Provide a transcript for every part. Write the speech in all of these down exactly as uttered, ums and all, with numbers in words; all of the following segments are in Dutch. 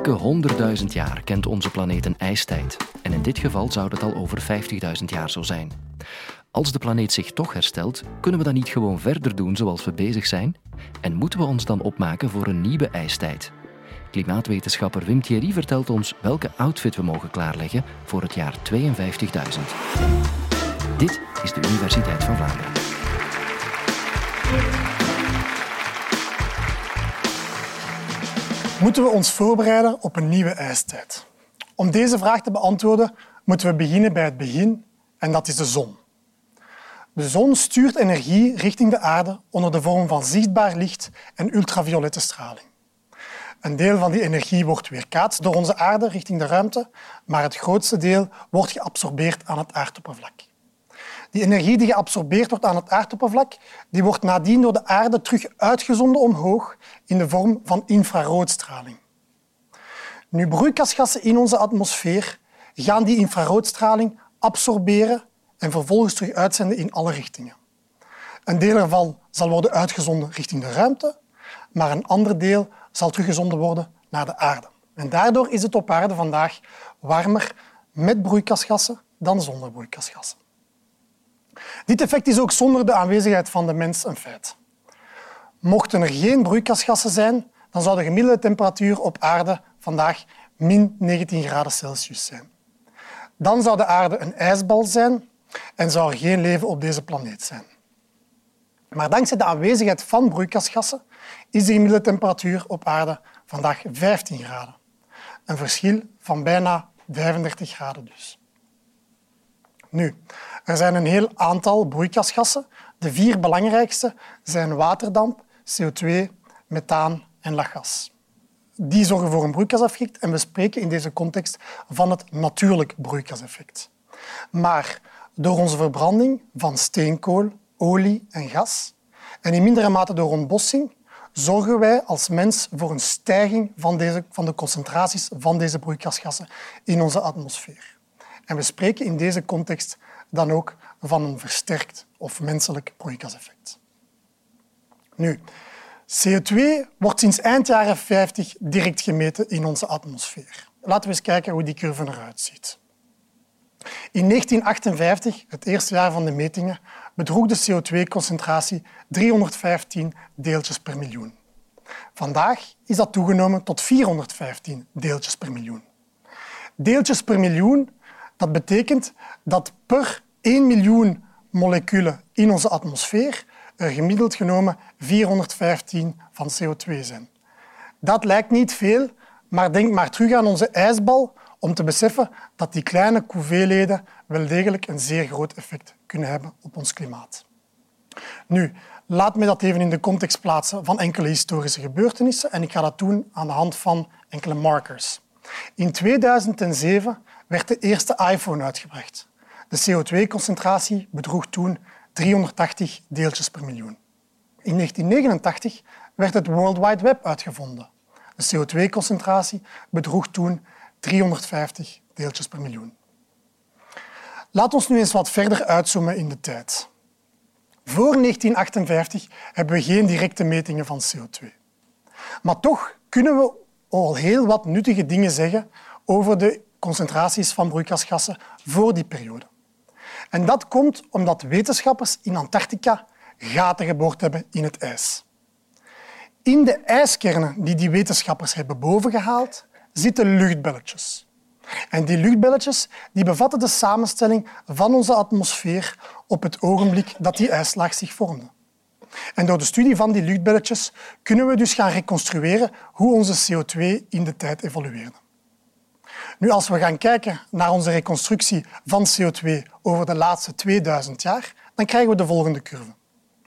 Elke honderdduizend jaar kent onze planeet een ijstijd. En in dit geval zou dat al over vijftigduizend jaar zo zijn. Als de planeet zich toch herstelt, kunnen we dan niet gewoon verder doen zoals we bezig zijn? En moeten we ons dan opmaken voor een nieuwe ijstijd? Klimaatwetenschapper Wim Thierry vertelt ons welke outfit we mogen klaarleggen voor het jaar tweeënvijftigduizend. Dit is de Universiteit van Vlaanderen. Moeten we ons voorbereiden op een nieuwe ijstijd? Om deze vraag te beantwoorden moeten we beginnen bij het begin, en dat is de zon. De zon stuurt energie richting de aarde onder de vorm van zichtbaar licht en ultraviolette straling. Een deel van die energie wordt weerkaatst door onze aarde richting de ruimte, maar het grootste deel wordt geabsorbeerd aan het aardoppervlak. Die energie die geabsorbeerd wordt aan het aardoppervlak, die wordt nadien door de aarde terug uitgezonden omhoog in de vorm van infraroodstraling. Nu, broeikasgassen in onze atmosfeer gaan die infraroodstraling absorberen en vervolgens terug uitzenden in alle richtingen. Een deel ervan zal worden uitgezonden richting de ruimte, maar een ander deel zal teruggezonden worden naar de aarde. En daardoor is het op aarde vandaag warmer met broeikasgassen dan zonder broeikasgassen. Dit effect is ook zonder de aanwezigheid van de mens een feit. Mochten er geen broeikasgassen zijn, dan zou de gemiddelde temperatuur op aarde vandaag min negentien graden Celsius zijn. Dan zou de aarde een ijsbal zijn en zou er geen leven op deze planeet zijn. Maar dankzij de aanwezigheid van broeikasgassen is de gemiddelde temperatuur op aarde vandaag vijftien graden. Een verschil van bijna vijfendertig graden dus. Nu, er zijn een heel aantal broeikasgassen. De vier belangrijkste zijn waterdamp, C O twee, methaan en lachgas. Die zorgen voor een broeikaseffect en we spreken in deze context van het natuurlijk broeikaseffect. Maar door onze verbranding van steenkool, olie en gas en in mindere mate door ontbossing zorgen wij als mens voor een stijging van, deze, van de concentraties van deze broeikasgassen in onze atmosfeer. En we spreken in deze context dan ook van een versterkt of menselijk broeikaseffect. Nu, C O twee wordt sinds eind jaren vijftig direct gemeten in onze atmosfeer. Laten we eens kijken hoe die curve eruit ziet. In negentien achtenvijftig, het eerste jaar van de metingen, bedroeg de C O twee concentratie driehonderdvijftien deeltjes per miljoen. Vandaag is dat toegenomen tot vierhonderdvijftien deeltjes per miljoen. Deeltjes per miljoen, dat betekent dat per één miljoen moleculen in onze atmosfeer er gemiddeld genomen vierhonderdvijftien van C O twee zijn. Dat lijkt niet veel, maar denk maar terug aan onze ijsbal om te beseffen dat die kleine hoeveelheden wel degelijk een zeer groot effect kunnen hebben op ons klimaat. Nu, laat me dat even in de context plaatsen van enkele historische gebeurtenissen en ik ga dat doen aan de hand van enkele markers. In tweeduizend zeven werd de eerste iPhone uitgebracht. De C O twee concentratie bedroeg toen driehonderdtachtig deeltjes per miljoen. In negentien negenentachtig werd het World Wide Web uitgevonden. De C O twee concentratie bedroeg toen driehonderdvijftig deeltjes per miljoen. Laat ons nu eens wat verder uitzoomen in de tijd. Voor negentien achtenvijftig hebben we geen directe metingen van C O twee. Maar toch kunnen we al heel wat nuttige dingen zeggen over de concentraties van broeikasgassen voor die periode. En dat komt omdat wetenschappers in Antarctica gaten geboord hebben in het ijs. In de ijskernen die die wetenschappers hebben bovengehaald, zitten luchtbelletjes. En die luchtbelletjes die bevatten de samenstelling van onze atmosfeer op het ogenblik dat die ijslaag zich vormde. En door de studie van die luchtbelletjes kunnen we dus gaan reconstrueren hoe onze C O twee in de tijd evolueerde. Nu, als we gaan kijken naar onze reconstructie van C O twee over de laatste tweeduizend jaar, dan krijgen we de volgende curve.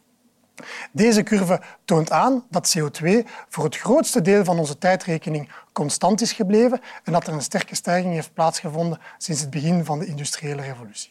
Deze curve toont aan dat C O twee voor het grootste deel van onze tijdrekening constant is gebleven en dat er een sterke stijging heeft plaatsgevonden sinds het begin van de industriële revolutie.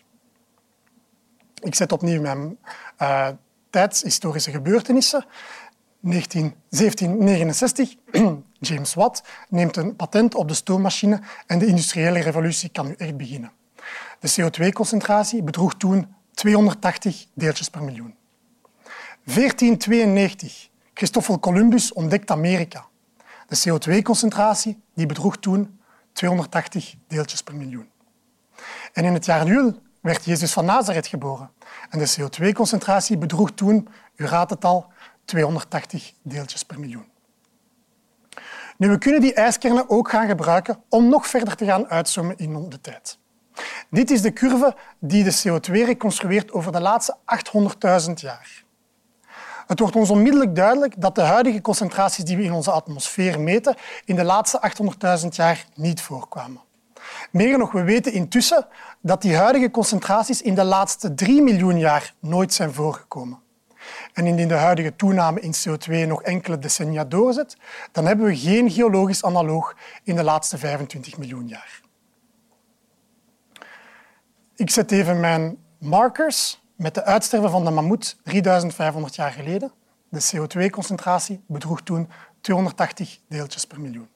Ik zet opnieuw mijn uh, tijdshistorische gebeurtenissen. zeventien negenenzestig, James Watt neemt een patent op de stoommachine en de industriële revolutie kan nu echt beginnen. De C O twee concentratie bedroeg toen tweehonderdtachtig deeltjes per miljoen. veertien tweeënnegentig, Christoffel Columbus ontdekt Amerika. De C O twee concentratie die bedroeg toen tweehonderdtachtig deeltjes per miljoen. En in het jaar nul werd Jezus van Nazareth geboren. En de C O twee concentratie bedroeg toen, u raadt het al, tweehonderdtachtig deeltjes per miljoen. Nu, we kunnen die ijskernen ook gaan gebruiken om nog verder te gaan uitzoomen in de tijd. Dit is de curve die de C O twee reconstrueert over de laatste achthonderdduizend jaar. Het wordt ons onmiddellijk duidelijk dat de huidige concentraties die we in onze atmosfeer meten in de laatste achthonderdduizend jaar niet voorkwamen. Meer nog, we weten intussen dat die huidige concentraties in de laatste drie miljoen jaar nooit zijn voorgekomen. En indien de huidige toename in C O twee nog enkele decennia doorzet, dan hebben we geen geologisch analoog in de laatste vijfentwintig miljoen jaar. Ik zet even mijn markers met de uitsterven van de mammoet drieduizend vijfhonderd jaar geleden. De C O twee concentratie bedroeg toen tweehonderdtachtig deeltjes per miljoen.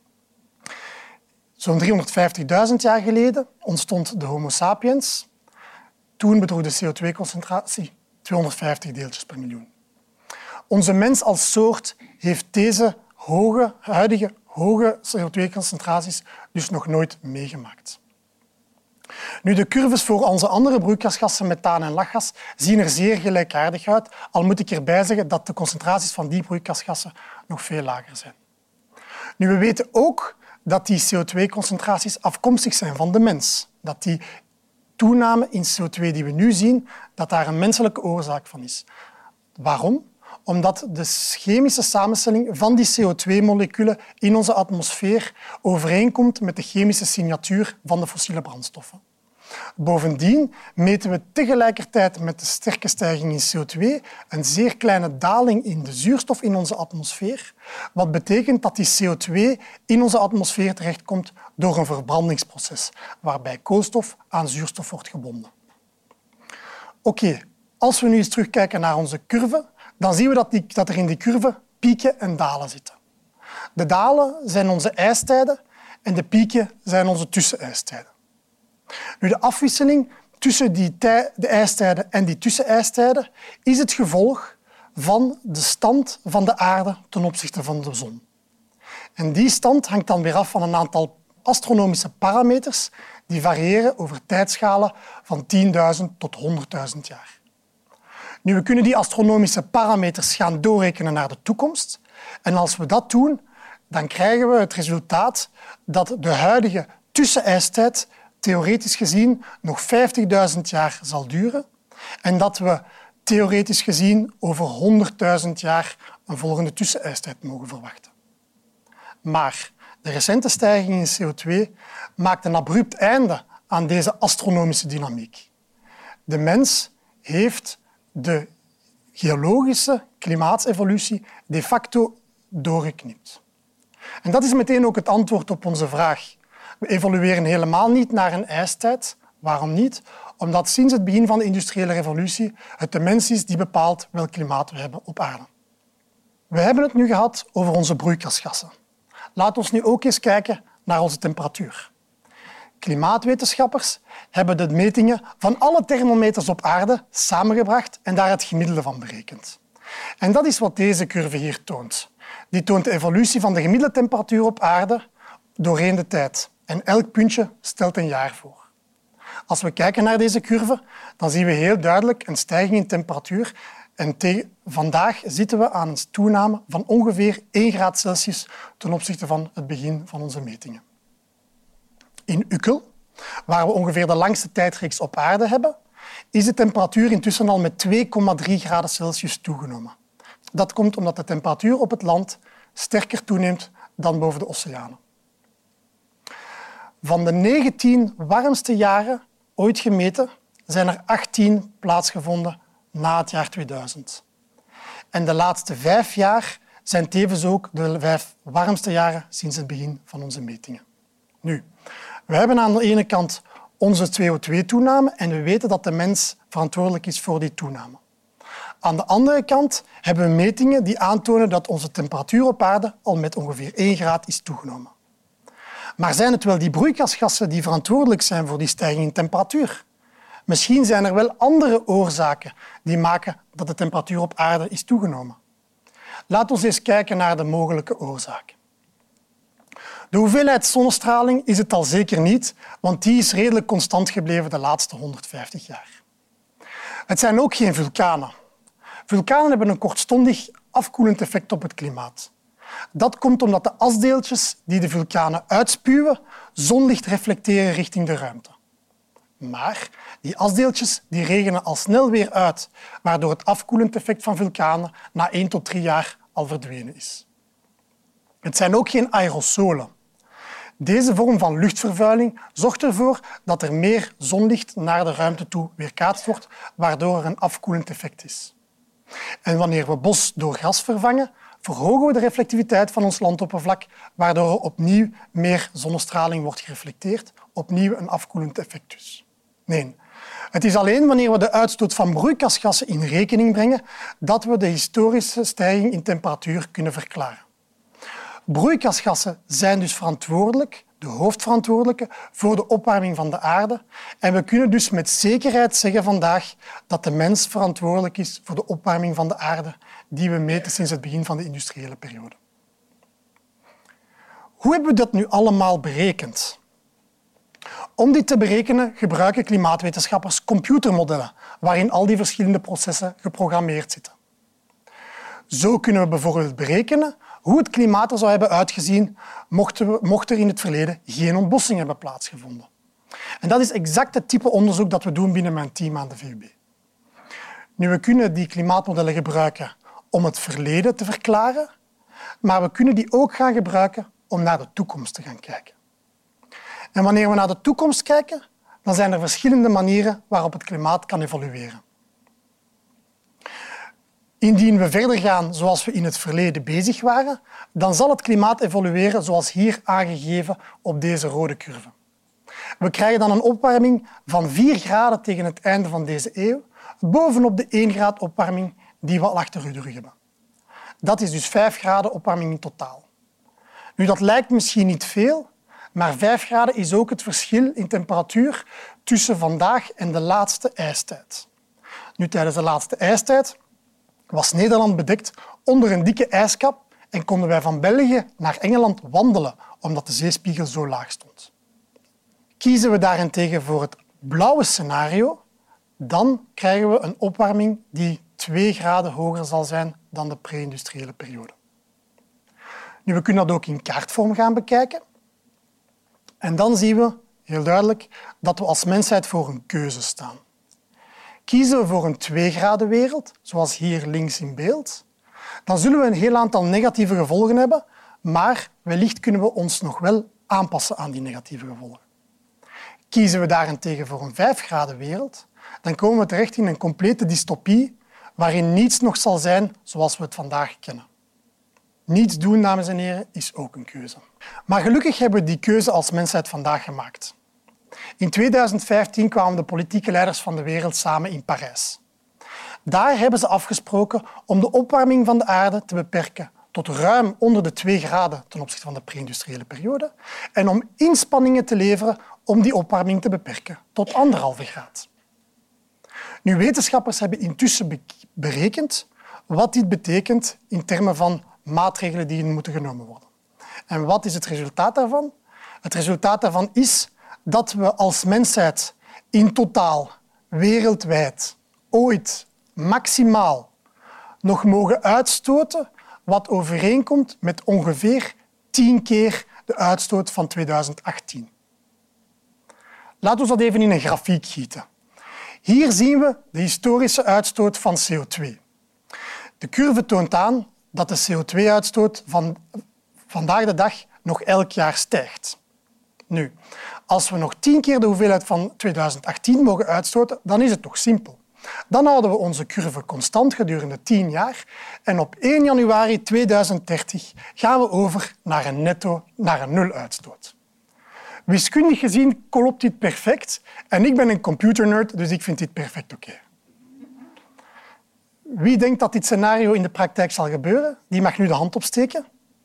Zo'n driehonderdvijftigduizend jaar geleden ontstond de Homo sapiens. Toen bedroeg de C O twee concentratie tweehonderdvijftig deeltjes per miljoen. Onze mens als soort heeft deze hoge, huidige hoge C O twee concentraties dus nog nooit meegemaakt. Nu, de curves voor onze andere broeikasgassen, methaan en lachgas, zien er zeer gelijkaardig uit, al moet ik erbij zeggen dat de concentraties van die broeikasgassen nog veel lager zijn. Nu, we weten ook dat die C O twee concentraties afkomstig zijn van de mens. Dat die toename in C O twee die we nu zien, dat daar een menselijke oorzaak van is. Waarom? Omdat de chemische samenstelling van die C O twee moleculen in onze atmosfeer overeenkomt met de chemische signatuur van de fossiele brandstoffen. Bovendien meten we tegelijkertijd met de sterke stijging in C O twee een zeer kleine daling in de zuurstof in onze atmosfeer, wat betekent dat die C O twee in onze atmosfeer terechtkomt door een verbrandingsproces, waarbij koolstof aan zuurstof wordt gebonden. Oké, okay, als we nu eens terugkijken naar onze curve, dan zien we dat, die, dat er in die curve pieken en dalen zitten. De dalen zijn onze ijstijden en de pieken zijn onze tussenijstijden. Nu, de afwisseling tussen die tij, de ijstijden en die tussenijstijden is het gevolg van de stand van de aarde ten opzichte van de zon. En die stand hangt dan weer af van een aantal astronomische parameters die variëren over tijdschalen van tienduizend tot honderdduizend jaar. Nu, we kunnen die astronomische parameters gaan doorrekenen naar de toekomst. En als we dat doen, dan krijgen we het resultaat dat de huidige tussenijstijd theoretisch gezien nog vijftigduizend jaar zal duren en dat we theoretisch gezien over honderdduizend jaar een volgende tussenijstijd mogen verwachten. Maar de recente stijging in C O twee maakt een abrupt einde aan deze astronomische dynamiek. De mens heeft de geologische klimaatsevolutie de facto doorgeknipt. En dat is meteen ook het antwoord op onze vraag. We evolueren helemaal niet naar een ijstijd. Waarom niet? Omdat sinds het begin van de industriële revolutie het de mens is die bepaalt welk klimaat we hebben op aarde. We hebben het nu gehad over onze broeikasgassen. Laten we nu ook eens kijken naar onze temperatuur. Klimaatwetenschappers hebben de metingen van alle thermometers op aarde samengebracht en daar het gemiddelde van berekend. En dat is wat deze curve hier toont. Die toont de evolutie van de gemiddelde temperatuur op aarde doorheen de tijd. En elk puntje stelt een jaar voor. Als we kijken naar deze curve, dan zien we heel duidelijk een stijging in temperatuur. En tegen vandaag zitten we aan een toename van ongeveer één graad Celsius ten opzichte van het begin van onze metingen. In Ukkel, waar we ongeveer de langste tijdreeks op aarde hebben, is de temperatuur intussen al met twee komma drie graden Celsius toegenomen. Dat komt omdat de temperatuur op het land sterker toeneemt dan boven de oceanen. Van de negentien warmste jaren ooit gemeten zijn er achttien plaatsgevonden na het jaar tweeduizend. En de laatste vijf jaar zijn tevens ook de vijf warmste jaren sinds het begin van onze metingen. Nu, we hebben aan de ene kant onze C O twee toename en we weten dat de mens verantwoordelijk is voor die toename. Aan de andere kant hebben we metingen die aantonen dat onze temperatuur op aarde al met ongeveer één graad is toegenomen. Maar zijn het wel die broeikasgassen die verantwoordelijk zijn voor die stijging in temperatuur? Misschien zijn er wel andere oorzaken die maken dat de temperatuur op aarde is toegenomen. Laten we eens kijken naar de mogelijke oorzaken. De hoeveelheid zonnestraling is het al zeker niet, want die is redelijk constant gebleven de laatste honderdvijftig jaar. Het zijn ook geen vulkanen. Vulkanen hebben een kortstondig afkoelend effect op het klimaat. Dat komt omdat de asdeeltjes die de vulkanen uitspuwen zonlicht reflecteren richting de ruimte. Maar die asdeeltjes die regenen al snel weer uit, waardoor het afkoelend effect van vulkanen na één tot drie jaar al verdwenen is. Het zijn ook geen aerosolen. Deze vorm van luchtvervuiling zorgt ervoor dat er meer zonlicht naar de ruimte toe weerkaatst wordt, waardoor er een afkoelend effect is. En wanneer we bos door gras vervangen, verhogen we de reflectiviteit van ons landoppervlak, waardoor er opnieuw meer zonnestraling wordt gereflecteerd, opnieuw een afkoelend effect dus. Nee, het is alleen wanneer we de uitstoot van broeikasgassen in rekening brengen dat we de historische stijging in temperatuur kunnen verklaren. Broeikasgassen zijn dus verantwoordelijk, de hoofdverantwoordelijke, voor de opwarming van de aarde. En we kunnen dus met zekerheid zeggen vandaag dat de mens verantwoordelijk is voor de opwarming van de aarde die we meten sinds het begin van de industriële periode. Hoe hebben we dat nu allemaal berekend? Om dit te berekenen gebruiken klimaatwetenschappers computermodellen waarin al die verschillende processen geprogrammeerd zitten. Zo kunnen we bijvoorbeeld berekenen hoe het klimaat er zou hebben uitgezien mochten we, mocht er in het verleden geen ontbossing hebben plaatsgevonden. En dat is exact het type onderzoek dat we doen binnen mijn team aan de V U B. Nu, we kunnen die klimaatmodellen gebruiken om het verleden te verklaren, maar we kunnen die ook gaan gebruiken om naar de toekomst te gaan kijken. En wanneer we naar de toekomst kijken, dan zijn er verschillende manieren waarop het klimaat kan evolueren. Indien we verder gaan zoals we in het verleden bezig waren, dan zal het klimaat evolueren zoals hier aangegeven op deze rode curve. We krijgen dan een opwarming van vier graden tegen het einde van deze eeuw, bovenop de één graad opwarming die we al achter de rug hebben. Dat is dus vijf graden opwarming in totaal. Nu, dat lijkt misschien niet veel, maar vijf graden is ook het verschil in temperatuur tussen vandaag en de laatste ijstijd. Nu, tijdens de laatste ijstijd was Nederland bedekt onder een dikke ijskap en konden wij van België naar Engeland wandelen, omdat de zeespiegel zo laag stond. Kiezen we daarentegen voor het blauwe scenario, dan krijgen we een opwarming die twee graden hoger zal zijn dan de pre-industriële periode. Nu, we kunnen dat ook in kaartvorm gaan bekijken. En dan zien we heel duidelijk dat we als mensheid voor een keuze staan. Kiezen we voor een twee graden wereld, zoals hier links in beeld, dan zullen we een heel aantal negatieve gevolgen hebben, maar wellicht kunnen we ons nog wel aanpassen aan die negatieve gevolgen. Kiezen we daarentegen voor een vijf graden wereld, dan komen we terecht in een complete dystopie waarin niets nog zal zijn zoals we het vandaag kennen. Niets doen, dames en heren, is ook een keuze. Maar gelukkig hebben we die keuze als mensheid vandaag gemaakt. In tweeduizend vijftien kwamen de politieke leiders van de wereld samen in Parijs. Daar hebben ze afgesproken om de opwarming van de aarde te beperken tot ruim onder de twee graden ten opzichte van de pre-industriële periode en om inspanningen te leveren om die opwarming te beperken tot anderhalve graad. Nu, wetenschappers hebben intussen berekend wat dit betekent in termen van maatregelen die moeten genomen worden. En wat is het resultaat daarvan? Het resultaat daarvan is dat we als mensheid in totaal, wereldwijd, ooit, maximaal nog mogen uitstoten wat overeenkomt met ongeveer tien keer de uitstoot van tweeduizend achttien. Laten we dat even in een grafiek gieten. Hier zien we de historische uitstoot van C O twee. De curve toont aan dat de C O twee uitstoot van vandaag de dag nog elk jaar stijgt. Nu, als we nog tien keer de hoeveelheid van tweeduizend achttien mogen uitstoten, dan is het toch simpel. Dan houden we onze curve constant gedurende tien jaar en op één januari tweeduizend dertig gaan we over naar een netto, naar een nul uitstoot. Wiskundig gezien klopt dit perfect en ik ben een computernerd, dus ik vind dit perfect oké. Okay. Wie denkt dat dit scenario in de praktijk zal gebeuren? Die mag nu de hand opsteken.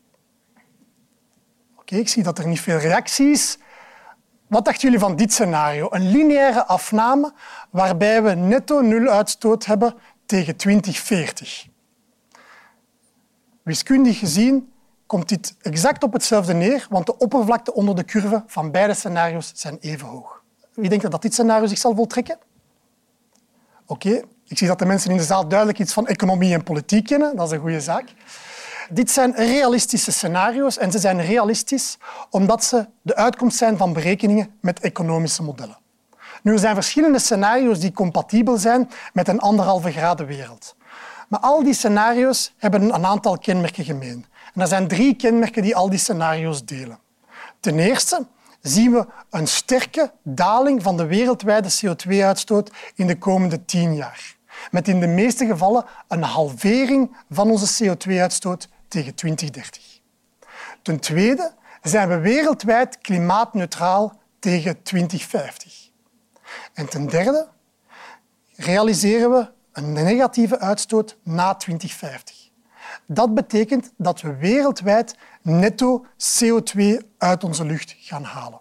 Oké, okay, ik zie dat er niet veel reactie is. Wat dachten jullie van dit scenario? Een lineaire afname waarbij we netto nul uitstoot hebben tegen twintig veertig. Wiskundig gezien komt dit exact op hetzelfde neer, want de oppervlakte onder de curve van beide scenario's zijn even hoog. Wie denkt dat dit scenario zich zal voltrekken? Oké, okay. Ik zie dat de mensen in de zaal duidelijk iets van economie en politiek kennen. Dat is een goede zaak. Dit zijn realistische scenario's en ze zijn realistisch omdat ze de uitkomst zijn van berekeningen met economische modellen. Nu, er zijn verschillende scenario's die compatibel zijn met een anderhalve graden wereld. Maar al die scenario's hebben een aantal kenmerken gemeen. En er zijn drie kenmerken die al die scenario's delen. Ten eerste zien we een sterke daling van de wereldwijde C O twee uitstoot in de komende tien jaar. Met in de meeste gevallen een halvering van onze C O twee uitstoot tegen twintig dertig. Ten tweede zijn we wereldwijd klimaatneutraal tegen twintig vijftig. En ten derde realiseren we een negatieve uitstoot na twintig vijftig. Dat betekent dat we wereldwijd netto C O twee uit onze lucht gaan halen.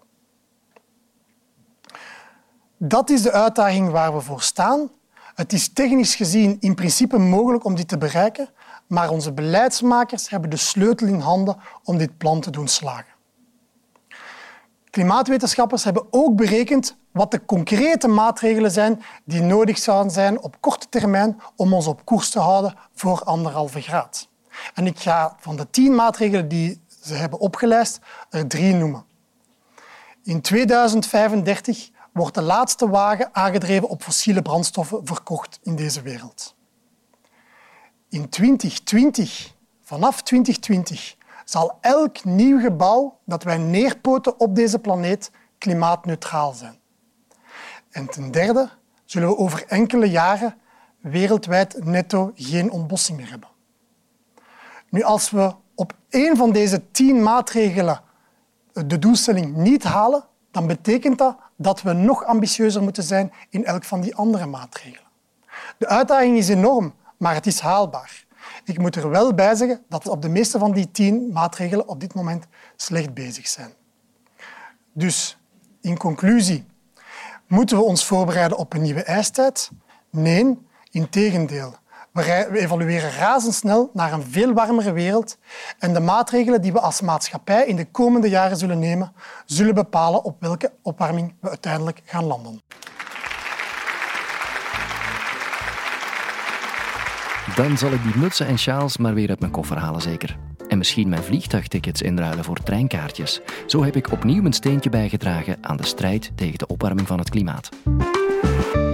Dat is de uitdaging waar we voor staan. Het is technisch gezien in principe mogelijk om dit te bereiken, maar onze beleidsmakers hebben de sleutel in handen om dit plan te doen slagen. Klimaatwetenschappers hebben ook berekend wat de concrete maatregelen zijn die nodig zouden zijn op korte termijn om ons op koers te houden voor anderhalve graad. En ik ga van de tien maatregelen die ze hebben opgelijst er drie noemen. In tweeduizend vijfendertig wordt de laatste wagen aangedreven op fossiele brandstoffen verkocht in deze wereld. In twintig twintig, vanaf twintig twintig, zal elk nieuw gebouw dat wij neerpoten op deze planeet klimaatneutraal zijn. En ten derde zullen we over enkele jaren wereldwijd netto geen ontbossing meer hebben. Nu, als we op één van deze tien maatregelen de doelstelling niet halen, dan betekent dat dat we nog ambitieuzer moeten zijn in elk van die andere maatregelen. De uitdaging is enorm, maar het is haalbaar. Ik moet er wel bij zeggen dat we op de meeste van die tien maatregelen op dit moment slecht bezig zijn. Dus, in conclusie, moeten we ons voorbereiden op een nieuwe ijstijd? Nee, integendeel. We evolueren razendsnel naar een veel warmere wereld en de maatregelen die we als maatschappij in de komende jaren zullen nemen, zullen bepalen op welke opwarming we uiteindelijk gaan landen. Dan zal ik die mutsen en sjaals maar weer uit mijn koffer halen, zeker. En misschien mijn vliegtuigtickets inruilen voor treinkaartjes. Zo heb ik opnieuw mijn steentje bijgedragen aan de strijd tegen de opwarming van het klimaat.